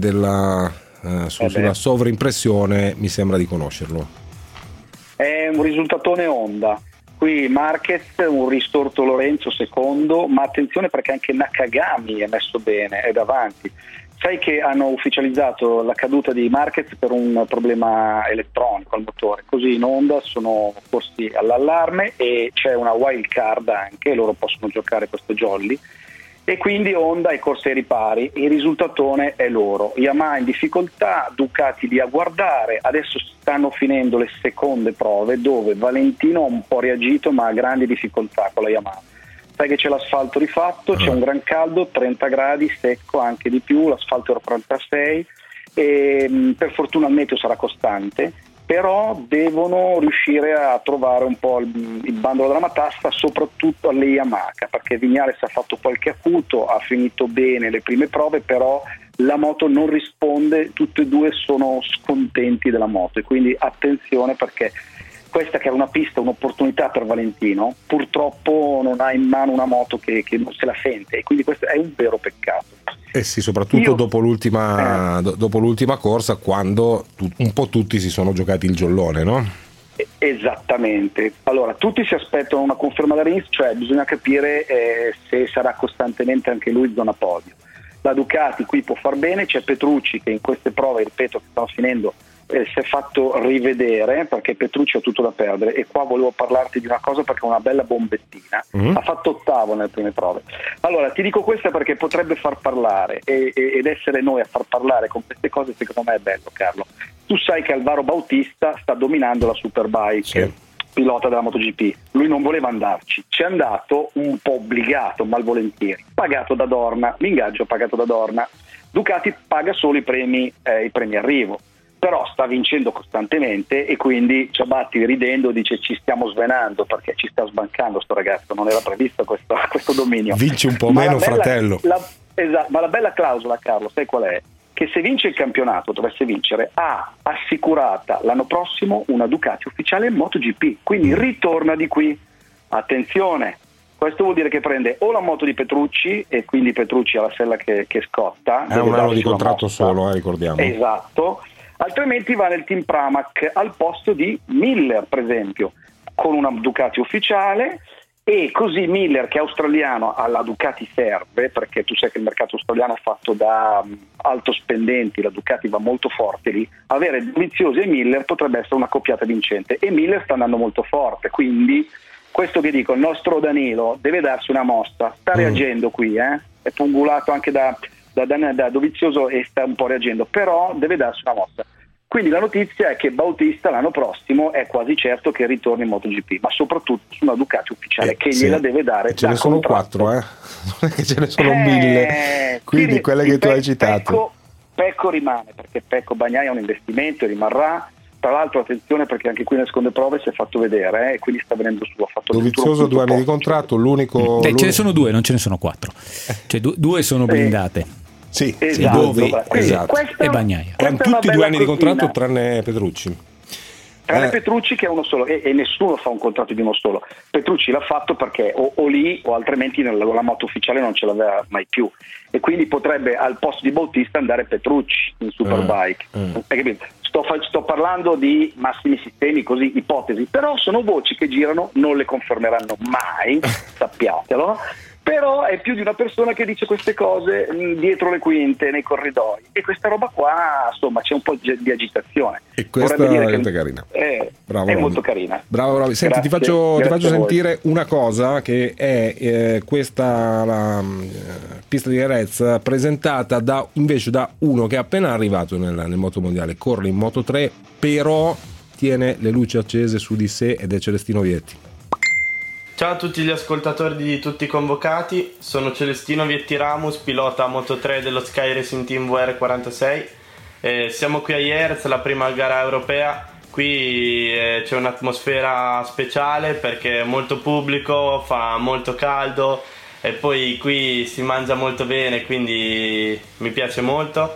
sulla sovraimpressione mi sembra di conoscerlo. È un risultatone Honda. Qui Marquez, un ristorto Lorenzo secondo, ma attenzione perché anche Nakagami è messo bene, è davanti. Sai che hanno ufficializzato la caduta di Marquez per un problema elettronico al motore, così in Honda sono corsi all'allarme e c'è una wild card anche, loro possono giocare questo jolly, e quindi Honda è corsa ai ripari, il risultatone è loro. Yamaha in difficoltà, Ducati lì a guardare, adesso stanno finendo le seconde prove dove Valentino ha un po' reagito ma ha grandi difficoltà con la Yamaha. Sai che c'è l'asfalto rifatto, c'è un gran caldo, 30 gradi, secco anche di più, l'asfalto era 36 e per fortuna il meteo sarà costante, però devono riuscire a trovare un po' il bandolo della matassa, soprattutto alle Yamaha, perché Viñales ha fatto qualche acuto, ha finito bene le prime prove, però la moto non risponde, tutti e due sono scontenti della moto, e quindi attenzione, perché questa che era una pista, un'opportunità per Valentino, purtroppo non ha in mano una moto che non se la sente, e quindi questo è un vero peccato. Eh sì, soprattutto dopo l'ultima corsa, quando un po' tutti si sono giocati il giallone, no? Esattamente. Allora, tutti si aspettano una conferma da Rins, cioè bisogna capire se sarà costantemente anche lui zona podio. La Ducati qui può far bene, c'è Petrucci che in queste prove, ripeto, che stanno finendo, si è fatto rivedere, perché Petrucci ha tutto da perdere, e qua volevo parlarti di una cosa perché è una bella bombettina. Ha fatto ottavo nelle prime prove. Allora ti dico questa perché potrebbe far parlare ed essere noi a far parlare con queste cose, secondo me è bello, Carlo. tu sai che Alvaro Bautista sta dominando la Superbike, pilota della MotoGP. Lui non voleva andarci, ci è andato un po' obbligato, malvolentieri, pagato da Dorna, l'ingaggio pagato da Dorna. Ducati paga solo i premi arrivo, però sta vincendo costantemente e quindi Ciabatti ridendo dice ci stiamo svenando perché ci sta sbancando sto ragazzo, non era previsto questo dominio. Vinci un po' meno, fratello. Esatto, ma la bella clausola, Carlo, sai qual è? Che se vince il campionato, dovesse vincere, ha assicurata l'anno prossimo una Ducati ufficiale in MotoGP, quindi ritorna di qui. Attenzione, questo vuol dire che prende o la moto di Petrucci e quindi Petrucci ha la sella che scotta. È un anno di contratto solo, ricordiamo. Esatto, altrimenti va nel team Pramac al posto di Miller, per esempio, con una Ducati ufficiale. E così Miller, che è australiano, alla Ducati serve, perché tu sai che il mercato australiano è fatto da alto spendenti, la Ducati va molto forte lì, avere Dovizioso e Miller potrebbe essere una coppiata vincente e Miller sta andando molto forte, quindi questo che dico, il nostro Danilo deve darsi una mossa, sta reagendo qui, è pungolato anche da Dovizioso e sta un po' reagendo, però deve darsi una mossa. Quindi la notizia è che Bautista l'anno prossimo è quasi certo che ritorni in MotoGP, ma soprattutto su una Ducati ufficiale che gliela deve dare. Ce ne sono contratto. 4, non è che ce ne sono 1000, quindi quelle che tu hai citato. Pecco rimane, perché Pecco Bagnaia è un investimento e rimarrà. Tra l'altro attenzione perché anche qui nelle seconde prove si è fatto vedere e quindi sta venendo su. Ha fatto Dovizioso 2 anni di contratto, l'unico... Ce ne sono 2, non ce ne sono 4. Cioè 2 sono blindate. Sì, esatto, esatto. E Bagnaia. Hanno tutti 2 anni di contratto tranne Petrucci. Tranne Petrucci che è uno solo e nessuno fa un contratto di uno solo. Petrucci l'ha fatto perché o lì o altrimenti la moto ufficiale non ce l'aveva mai più e quindi potrebbe al posto di Bautista andare Petrucci in Superbike. Sto parlando di massimi sistemi, così ipotesi, però sono voci che girano, non le confermeranno mai, sappiatelo. Però è più di una persona che dice queste cose dietro le quinte, nei corridoi, e questa roba qua, insomma, c'è un po' di agitazione. E questa è carina. È molto carina. Bravo. Senti, ti faccio sentire una cosa che è questa la pista di Jerez presentata invece da uno che è appena arrivato nel motomondiale, corre in Moto 3, però tiene le luci accese su di sé ed è Celestino Vietti. Ciao a tutti gli ascoltatori di Tutti Convocati, sono Celestino Vietti Ramus, pilota Moto 3 dello Sky Racing Team VR46. Siamo qui a Jerez, la prima gara europea. Qui c'è un'atmosfera speciale perché è molto pubblico, fa molto caldo e poi qui si mangia molto bene, quindi mi piace molto.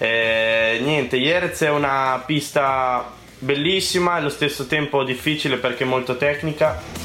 Jerez è una pista bellissima e allo stesso tempo difficile perché è molto tecnica.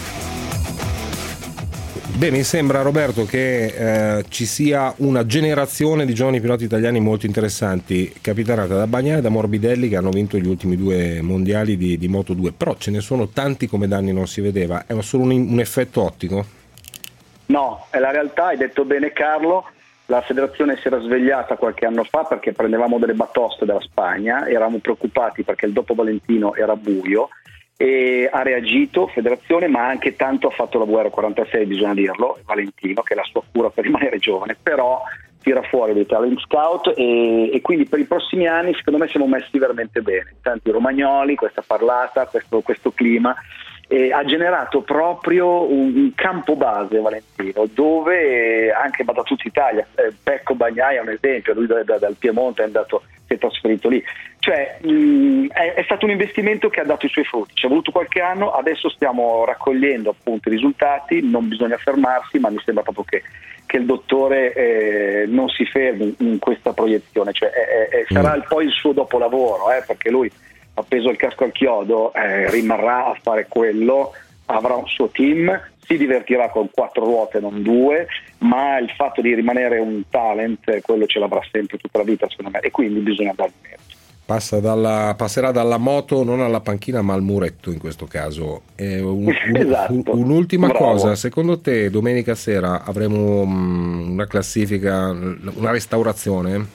Beh, mi sembra, Roberto, che ci sia una generazione di giovani piloti italiani molto interessanti, capitanata da Bagnaia e da Morbidelli, che hanno vinto gli ultimi 2 mondiali di Moto2, però ce ne sono tanti come da anni non si vedeva. È solo un effetto ottico? No, è la realtà, hai detto bene Carlo. La federazione si era svegliata qualche anno fa perché prendevamo delle batoste dalla Spagna, eravamo preoccupati perché il dopo Valentino era buio, e ha reagito federazione, ma anche tanto ha fatto la VR46, bisogna dirlo, Valentino, che è la sua cura per rimanere giovane, però tira fuori dei talent scout e quindi per i prossimi anni secondo me siamo messi veramente bene. Tanti romagnoli, questa parlata, questo clima, ha generato proprio un campo base Valentino, dove anche da tutta Italia, Pecco Bagnaia è un esempio, lui dal Piemonte si è trasferito lì, cioè è stato un investimento che ha dato i suoi frutti, ci è voluto qualche anno, adesso stiamo raccogliendo appunto i risultati, non bisogna fermarsi, ma mi sembra proprio che il dottore non si fermi in questa proiezione, cioè sarà poi il suo dopolavoro, perché lui appeso il casco al chiodo, rimarrà a fare quello, avrà un suo team, si divertirà con 4 ruote non 2, ma il fatto di rimanere un talent, quello ce l'avrà sempre tutta la vita secondo me, e quindi bisogna dargli merito. Passerà dalla moto non alla panchina ma al muretto in questo caso. Esatto. Un'ultima Bravo. cosa, secondo te domenica sera avremo una classifica, una restaurazione?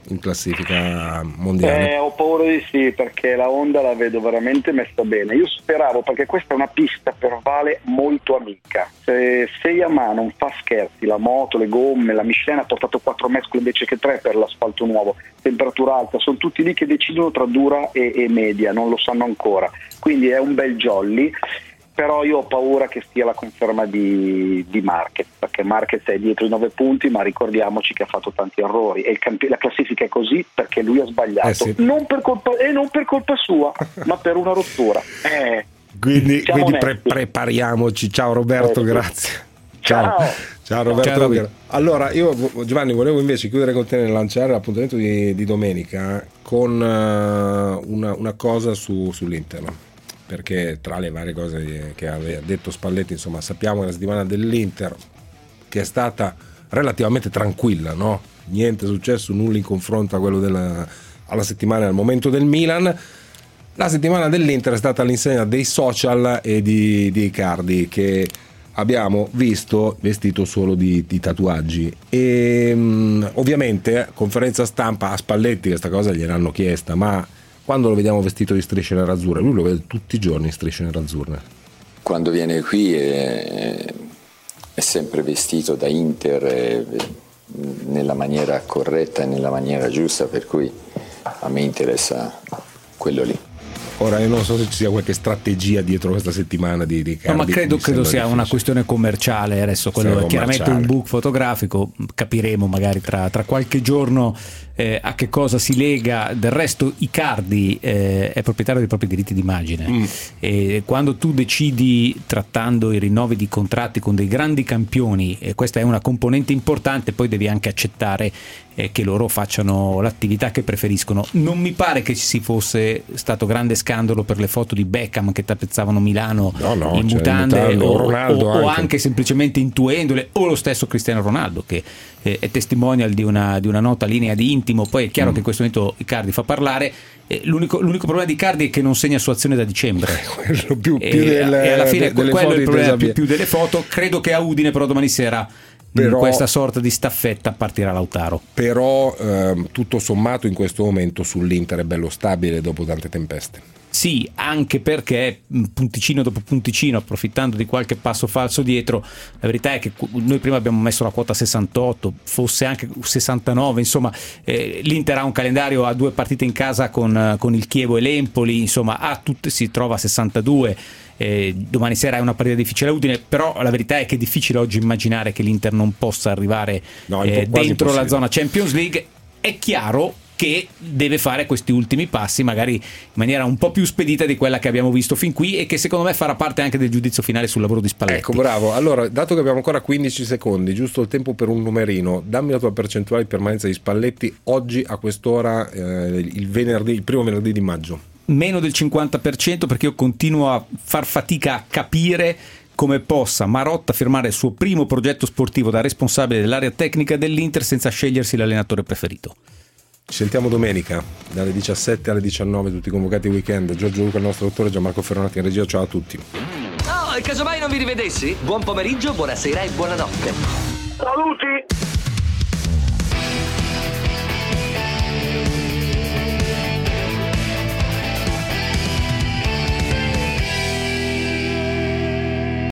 in classifica mondiale? Ho paura di sì, perché la Honda la vedo veramente messa bene. Io speravo, perché questa è una pista per Vale molto amica. Se Yamaha non fa scherzi, la moto, le gomme, la Michelin ha portato 4 mescole invece che 3 per l'asfalto nuovo, temperatura alta, sono tutti lì che decidono tra dura e media, non lo sanno ancora, quindi è un bel jolly. Però io ho paura che sia la conferma di Marquez, perché Marquez è dietro i 9 punti, ma ricordiamoci che ha fatto tanti errori e la classifica è così perché lui ha sbagliato, sì. non per colpa sua, ma per una rottura. Quindi prepariamoci. Ciao Roberto, grazie. Ciao Roberto. Ciao, Roberto. Allora io, Giovanni, volevo invece chiudere con te nel lanciare l'appuntamento di domenica con una cosa sull'Inter, perché tra le varie cose che aveva detto Spalletti, insomma, sappiamo che la settimana dell'Inter, che è stata relativamente tranquilla, no? Niente è successo, nulla in confronto a quello alla settimana al momento del Milan. La settimana dell'Inter è stata all'insegna dei social e di Icardi, che abbiamo visto vestito solo di tatuaggi, e ovviamente conferenza stampa a Spalletti questa cosa gliel'hanno chiesta, ma quando lo vediamo vestito di strisce nerazzurre? Lui lo vede tutti i giorni in strisce nerazzurre. Quando viene qui è sempre vestito da Inter nella maniera corretta e nella maniera giusta, per cui a me interessa quello lì. Ora io non so se ci sia qualche strategia dietro questa settimana di Icardi. No, ma credo sia una questione commerciale. Adesso quello è chiaramente un book fotografico, capiremo magari tra qualche giorno a che cosa si lega. Del resto Icardi è proprietario dei propri diritti d'immagine, e quando tu decidi, trattando i rinnovi di contratti con dei grandi campioni, e questa è una componente importante, poi devi anche accettare che loro facciano l'attività che preferiscono. Non mi pare che ci fosse stato grande scandalo per le foto di Beckham che tappezzavano Milano in mutande, o anche semplicemente intuendole, o lo stesso Cristiano Ronaldo che è testimonial di una nota linea di intimo. Poi è chiaro che in questo momento Icardi fa parlare. L'unico problema di Icardi è che non segna su Azione da dicembre, e alla fine quello è il problema più delle foto. Credo che a Udine però domani sera in questa sorta di staffetta partirà Lautaro. Però tutto sommato in questo momento sull'Inter è bello stabile dopo tante tempeste. Sì, anche perché punticino dopo punticino, approfittando di qualche passo falso dietro, la verità è che noi prima abbiamo messo la quota 68, fosse anche 69, insomma l'Inter ha un calendario a 2 partite in casa con il Chievo e l'Empoli, insomma si trova a 62. Domani sera è una partita difficile a Udine, però la verità è che è difficile oggi immaginare che l'Inter non possa arrivare dentro la zona Champions League. È chiaro che deve fare questi ultimi passi magari in maniera un po' più spedita di quella che abbiamo visto fin qui, e che secondo me farà parte anche del giudizio finale sul lavoro di Spalletti. Ecco, bravo. Allora, dato che abbiamo ancora 15 secondi, giusto il tempo per un numerino, dammi la tua percentuale di permanenza di Spalletti oggi a quest'ora, il primo venerdì di maggio. Meno del 50%, perché io continuo a far fatica a capire come possa Marotta firmare il suo primo progetto sportivo da responsabile dell'area tecnica dell'Inter senza scegliersi l'allenatore preferito. Ci sentiamo domenica dalle 17 alle 19, tutti convocati weekend. Giorgio Luca, il nostro dottore, Gianmarco Ferronati in regia. Ciao a tutti. Oh, e casomai non vi rivedessi? Buon pomeriggio, buonasera e buonanotte. Saluti!